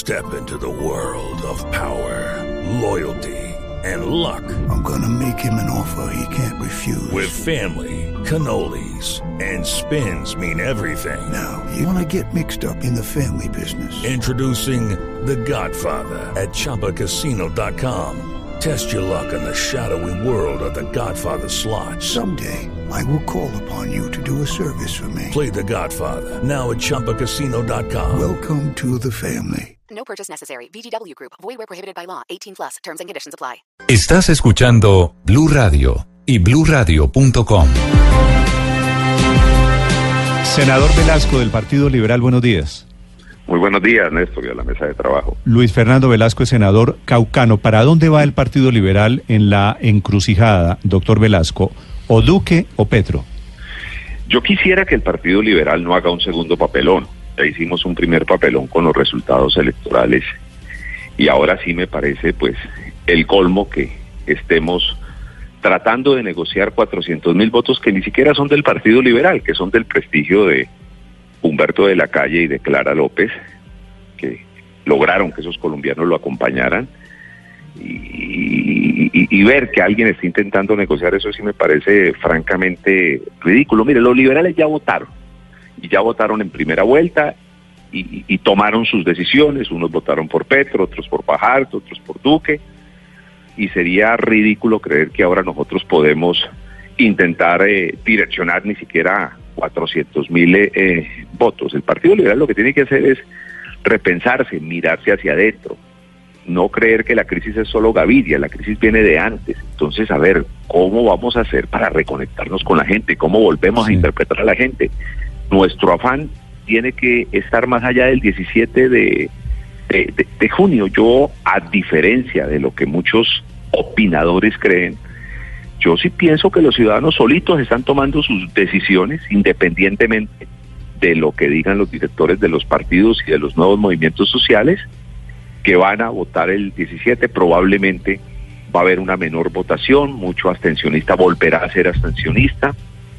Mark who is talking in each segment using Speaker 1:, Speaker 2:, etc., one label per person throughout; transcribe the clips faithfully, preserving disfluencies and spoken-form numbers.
Speaker 1: Step into the world of power, loyalty, and luck.
Speaker 2: I'm gonna make him an offer he can't refuse.
Speaker 1: With family, cannolis, and spins mean everything.
Speaker 2: Now, you wanna get mixed up in the family business.
Speaker 1: Introducing The Godfather at Chumba Casino dot com. Test your luck in the shadowy world of The Godfather slot.
Speaker 2: Someday, I will call upon you to do a service for me.
Speaker 1: Play The Godfather now at Chumba Casino dot com.
Speaker 2: Welcome to the family.
Speaker 3: No purchase necessary. V G W Group. Void where prohibited by law. eighteen plus. Terms and conditions apply.
Speaker 4: Estás escuchando Blue Radio y blue radio punto com.
Speaker 5: Senador Velasco del Partido Liberal, buenos días.
Speaker 6: Muy buenos días, Néstor, y a la mesa de trabajo.
Speaker 5: Luis Fernando Velasco es senador caucano. ¿Para dónde va el Partido Liberal en la encrucijada, doctor Velasco? ¿O Duque o Petro?
Speaker 6: Yo quisiera que el Partido Liberal no haga un segundo papelón. Ya hicimos un primer papelón con los resultados electorales y ahora sí me parece pues el colmo que estemos tratando de negociar cuatrocientos mil votos que ni siquiera son del Partido Liberal, que son del prestigio de Humberto de la Calle y de Clara López, que lograron que esos colombianos lo acompañaran, y, y, y ver que alguien está intentando negociar eso sí me parece francamente ridículo. Mire, los liberales ya votaron, y ya votaron en primera vuelta, y, y, y tomaron sus decisiones. Unos votaron por Petro, otros por Fajardo, otros por Duque, y sería ridículo creer que ahora nosotros podemos intentar eh, direccionar ni siquiera cuatrocientos mil eh, votos. El Partido Liberal lo que tiene que hacer es repensarse, mirarse hacia adentro, no creer que la crisis es solo Gaviria, la crisis viene de antes. Entonces, a ver, ¿cómo vamos a hacer para reconectarnos con la gente? ¿Cómo volvemos sí. a interpretar a la gente? Nuestro afán tiene que estar más allá del diecisiete de, de, de, de junio. Yo, a diferencia de lo que muchos opinadores creen, yo sí pienso que los ciudadanos solitos están tomando sus decisiones independientemente de lo que digan los directores de los partidos y de los nuevos movimientos sociales, que van a votar el diecisiete. Probablemente va a haber una menor votación, mucho abstencionista volverá a ser abstencionista.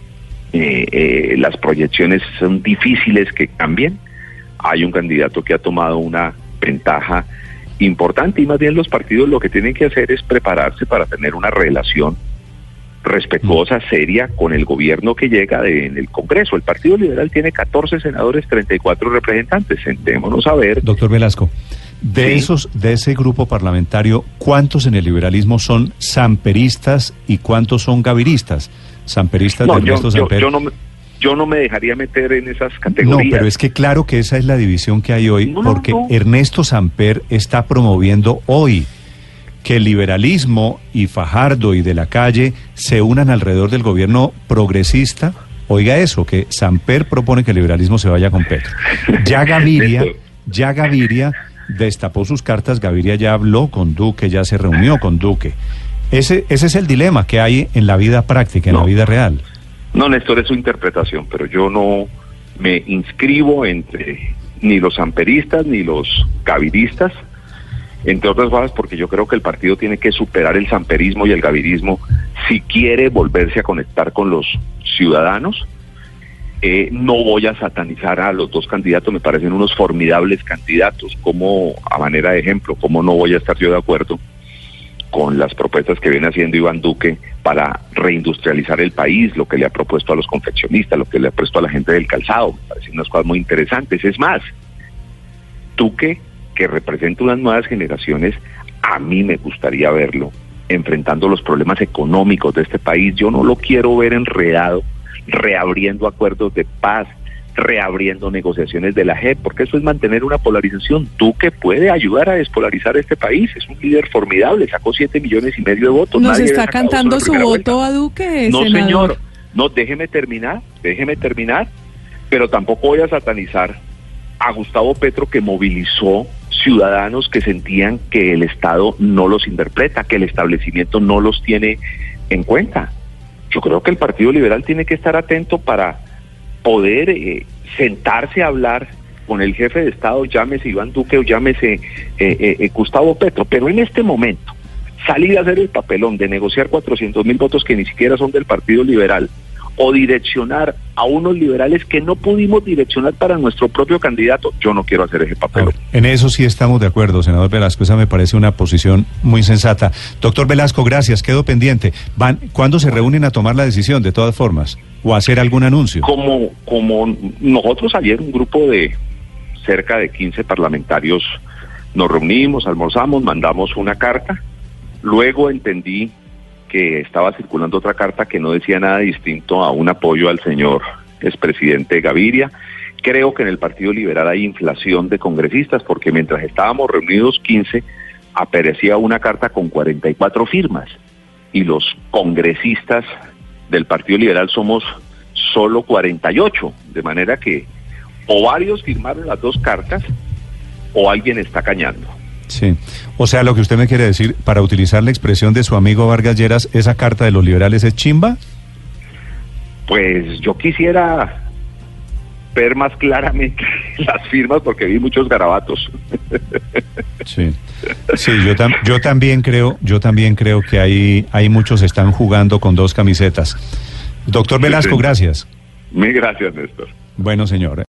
Speaker 6: Eh, eh, las proyecciones son difíciles que cambien. Hay un candidato que ha tomado una ventaja importante y más bien los partidos lo que tienen que hacer es prepararse para tener una relación respetuosa, seria con el gobierno que llega de, en el Congreso. El Partido Liberal tiene catorce senadores, treinta y cuatro representantes. Sentémonos a ver.
Speaker 5: Doctor Velasco, de sí. esos, de ese grupo parlamentario, ¿cuántos en el liberalismo son samperistas y cuántos son gaviristas? Samperistas
Speaker 6: no,
Speaker 5: de Ernesto
Speaker 6: yo,
Speaker 5: Samper.
Speaker 6: Yo, yo, no, yo no me dejaría meter en esas categorías.
Speaker 5: No, pero es que claro que esa es la división que hay hoy, no, porque no. Ernesto Samper está promoviendo hoy que el liberalismo y Fajardo y de la Calle se unan alrededor del gobierno progresista. Oiga eso, que Samper propone que el liberalismo se vaya con Petro. Ya Gaviria, ya Gaviria destapó sus cartas, Gaviria ya habló con Duque, ya se reunió con Duque. Ese, ese es el dilema que hay en la vida práctica, en no, la vida real.
Speaker 6: No, Néstor, es su interpretación, pero yo no me inscribo entre ni los samperistas ni los gaviristas, entre otras cosas porque yo creo que el partido tiene que superar el samperismo y el gavirismo si quiere volverse a conectar con los ciudadanos. Eh, no voy a satanizar a los dos candidatos, me parecen unos formidables candidatos, como a manera de ejemplo, como no voy a estar yo de acuerdo con las propuestas que viene haciendo Iván Duque para reindustrializar el país, lo que le ha propuesto a los confeccionistas, lo que le ha propuesto a la gente del calzado, me parecen unas cosas muy interesantes. Es más, Duque, que representa unas nuevas generaciones, a mí me gustaría verlo enfrentando los problemas económicos de este país. Yo no lo quiero ver enredado, reabriendo acuerdos de paz, reabriendo negociaciones de la J E P, porque eso es mantener una polarización. Duque puede ayudar a despolarizar este país, es un líder formidable, sacó siete millones y medio de votos.
Speaker 7: ¿Nos Nadie está cantando su voto vuelta. a Duque,
Speaker 6: No,
Speaker 7: senador?
Speaker 6: señor, no, déjeme terminar, déjeme terminar, pero tampoco voy a satanizar a Gustavo Petro, que movilizó ciudadanos que sentían que el Estado no los interpreta, que el establecimiento no los tiene en cuenta. Yo creo que el Partido Liberal tiene que estar atento para poder eh, sentarse a hablar con el jefe de Estado, llámese Iván Duque o llámese eh, eh, eh, Gustavo Petro, pero en este momento salir a hacer el papelón de negociar cuatrocientos mil votos que ni siquiera son del Partido Liberal, o direccionar a unos liberales que no pudimos direccionar para nuestro propio candidato, yo no quiero hacer ese papel.
Speaker 5: Ahora, en eso sí estamos de acuerdo, senador Velasco, esa me parece una posición muy sensata. Doctor Velasco, gracias, quedo pendiente. Van, ¿cuándo se reúnen a tomar la decisión, de todas formas? ¿O a hacer algún anuncio?
Speaker 6: Como, como nosotros ayer, un grupo de cerca de quince parlamentarios, nos reunimos, almorzamos, mandamos una carta, luego entendí que estaba circulando otra carta que no decía nada distinto a un apoyo al señor expresidente Gaviria. Creo que en el Partido Liberal hay inflación de congresistas, porque mientras estábamos reunidos quince, aparecía una carta con cuarenta y cuatro firmas, y los congresistas del Partido Liberal somos solo cuarenta y ocho, de manera que o varios firmaron las dos cartas, o alguien está cañando.
Speaker 5: Sí, o sea, lo que usted me quiere decir, para utilizar la expresión de su amigo Vargas Lleras, ¿esa carta de los liberales es chimba?
Speaker 6: Pues yo quisiera ver más claramente las firmas, porque vi muchos garabatos.
Speaker 5: Sí, sí, yo, tam yo también creo, yo también creo que hay, hay muchos están jugando con dos camisetas. Doctor Velasco, gracias.
Speaker 6: Mil gracias, Néstor.
Speaker 5: Bueno, señor.